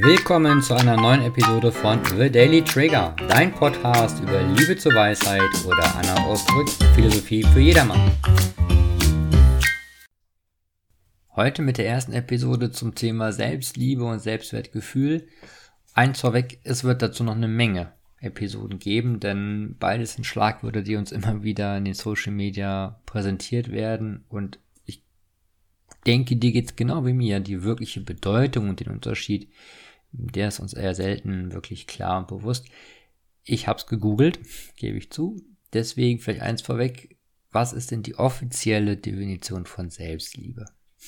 Willkommen zu einer neuen Episode von The Daily Trigger, dein Podcast über Liebe zur Weisheit oder Anna Ostrücks Philosophie für jedermann. Heute mit der ersten Episode zum Thema Selbstliebe und Selbstwertgefühl. Eins vorweg, es wird dazu noch eine Menge Episoden geben, denn beides sind Schlagwörter, die uns immer wieder in den Social Media präsentiert werden, und ich denke, dir geht's genau wie mir. Die wirkliche Bedeutung und den Unterschied, der ist uns eher selten wirklich klar und bewusst. Ich habe es gegoogelt, gebe ich zu. Deswegen vielleicht eins vorweg: Was ist denn die offizielle Definition von Selbstliebe?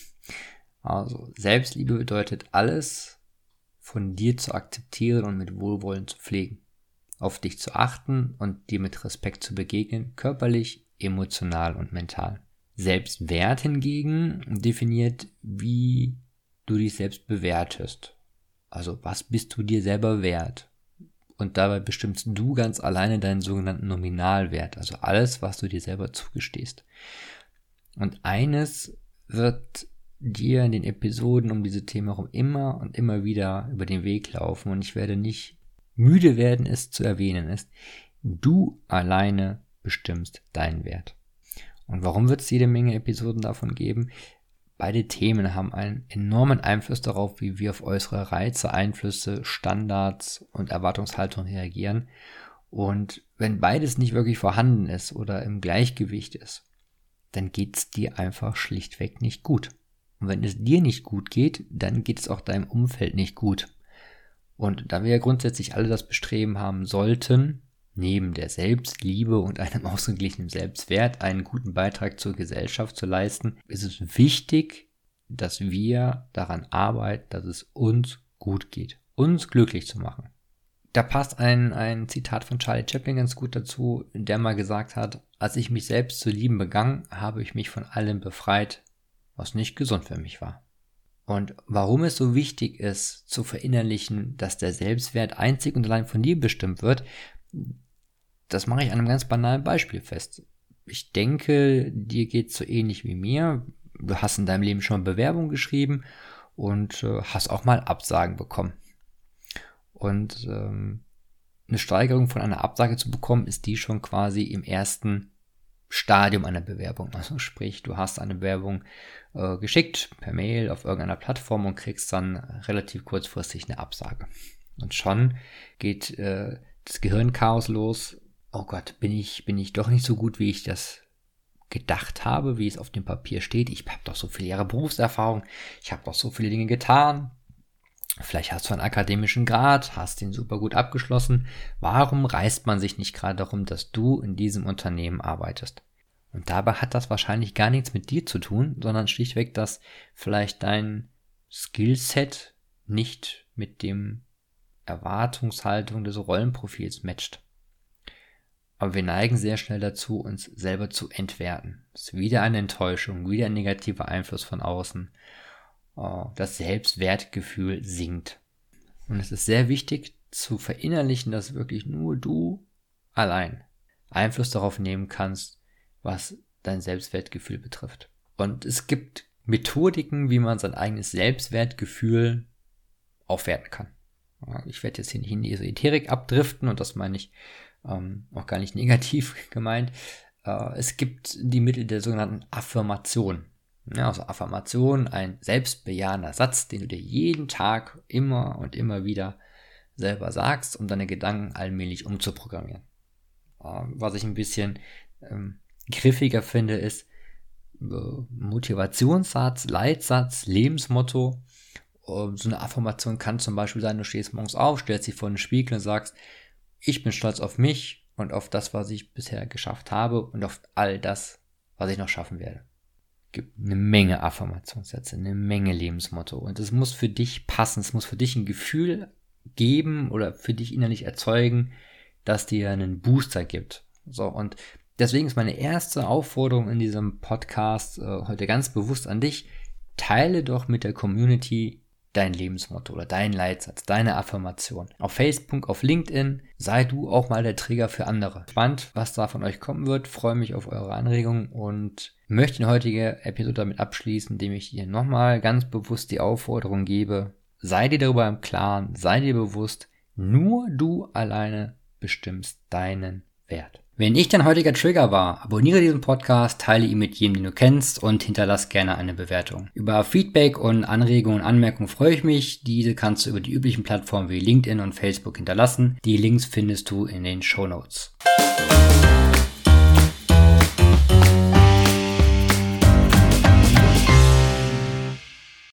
Also Selbstliebe bedeutet, alles von dir zu akzeptieren und mit Wohlwollen zu pflegen, auf dich zu achten und dir mit Respekt zu begegnen, körperlich, emotional und mental. Selbstwert hingegen definiert, wie du dich selbst bewertest. Also was bist du dir selber wert? Und dabei bestimmst du ganz alleine deinen sogenannten Nominalwert, also alles, was du dir selber zugestehst. Und eines wird dir in den Episoden um diese Themen herum immer und immer wieder über den Weg laufen, und ich werde nicht müde werden, es zu erwähnen, ist: Du alleine bestimmst deinen Wert. Und warum wird es jede Menge Episoden davon geben? Beide Themen haben einen enormen Einfluss darauf, wie wir auf äußere Reize, Einflüsse, Standards und Erwartungshaltung reagieren. Und wenn beides nicht wirklich vorhanden ist oder im Gleichgewicht ist, dann geht es dir einfach schlichtweg nicht gut. Und wenn es dir nicht gut geht, dann geht es auch deinem Umfeld nicht gut. Und da wir ja grundsätzlich alle das Bestreben haben sollten, neben der Selbstliebe und einem ausgeglichenen Selbstwert einen guten Beitrag zur Gesellschaft zu leisten, ist es wichtig, dass wir daran arbeiten, dass es uns gut geht, uns glücklich zu machen. Da passt ein Zitat von Charlie Chaplin ganz gut dazu, der mal gesagt hat: Als ich mich selbst zu lieben begann, habe ich mich von allem befreit, was nicht gesund für mich war. Und warum es so wichtig ist, zu verinnerlichen, dass der Selbstwert einzig und allein von dir bestimmt wird, das mache ich an einem ganz banalen Beispiel fest. Ich denke, dir geht es so ähnlich wie mir. Du hast in deinem Leben schon mal Bewerbung geschrieben und hast auch mal Absagen bekommen. Und eine Steigerung von einer Absage zu bekommen, ist die schon quasi im ersten Stadium einer Bewerbung. Also sprich, du hast eine Bewerbung geschickt per Mail auf irgendeiner Plattform und kriegst dann relativ kurzfristig eine Absage. Und schon geht das Gehirnchaos los. Oh Gott, bin ich doch nicht so gut, wie ich das gedacht habe, wie es auf dem Papier steht. Ich habe doch so viele Jahre Berufserfahrung, ich habe doch so viele Dinge getan. Vielleicht hast du einen akademischen Grad, hast den super gut abgeschlossen. Warum reißt man sich nicht gerade darum, dass du in diesem Unternehmen arbeitest? Und dabei hat das wahrscheinlich gar nichts mit dir zu tun, sondern schlichtweg, dass vielleicht dein Skillset nicht mit dem Erwartungshaltung des Rollenprofils matcht. Aber wir neigen sehr schnell dazu, uns selber zu entwerten. Es ist wieder eine Enttäuschung, wieder ein negativer Einfluss von außen. Das Selbstwertgefühl sinkt. Und es ist sehr wichtig zu verinnerlichen, dass wirklich nur du allein Einfluss darauf nehmen kannst, was dein Selbstwertgefühl betrifft. Und es gibt Methodiken, wie man sein eigenes Selbstwertgefühl aufwerten kann. Ich werde jetzt hier nicht in die Esoterik abdriften, und das meine ich auch gar nicht negativ gemeint. Es gibt die Mittel der sogenannten Affirmation. Ja, also Affirmation, ein selbstbejahender Satz, den du dir jeden Tag immer und immer wieder selber sagst, um deine Gedanken allmählich umzuprogrammieren. Was ich ein bisschen griffiger finde, ist Motivationssatz, Leitsatz, Lebensmotto. So eine Affirmation kann zum Beispiel sein: Du stehst morgens auf, stellst dich vor den Spiegel und sagst: Ich bin stolz auf mich und auf das, was ich bisher geschafft habe, und auf all das, was ich noch schaffen werde. Es gibt eine Menge Affirmationssätze, eine Menge Lebensmotto, und es muss für dich passen, es muss für dich ein Gefühl geben oder für dich innerlich erzeugen, das dir einen Booster gibt. So, und deswegen ist meine erste Aufforderung in diesem Podcast heute ganz bewusst an dich: Teile doch mit der Community dein Lebensmotto oder dein Leitsatz, deine Affirmation. Auf Facebook, auf LinkedIn, sei du auch mal der Trigger für andere. Spannend, was da von euch kommen wird. Freue mich auf eure Anregungen und möchte die heutige Episode damit abschließen, indem ich dir nochmal ganz bewusst die Aufforderung gebe: sei dir darüber im Klaren, sei dir bewusst, nur du alleine bestimmst deinen Wert. Wenn ich dein heutiger Trigger war, abonniere diesen Podcast, teile ihn mit jedem, den du kennst und hinterlass gerne eine Bewertung. Über Feedback und Anregungen und Anmerkungen freue ich mich. Diese kannst du über die üblichen Plattformen wie LinkedIn und Facebook hinterlassen. Die Links findest du in den Shownotes.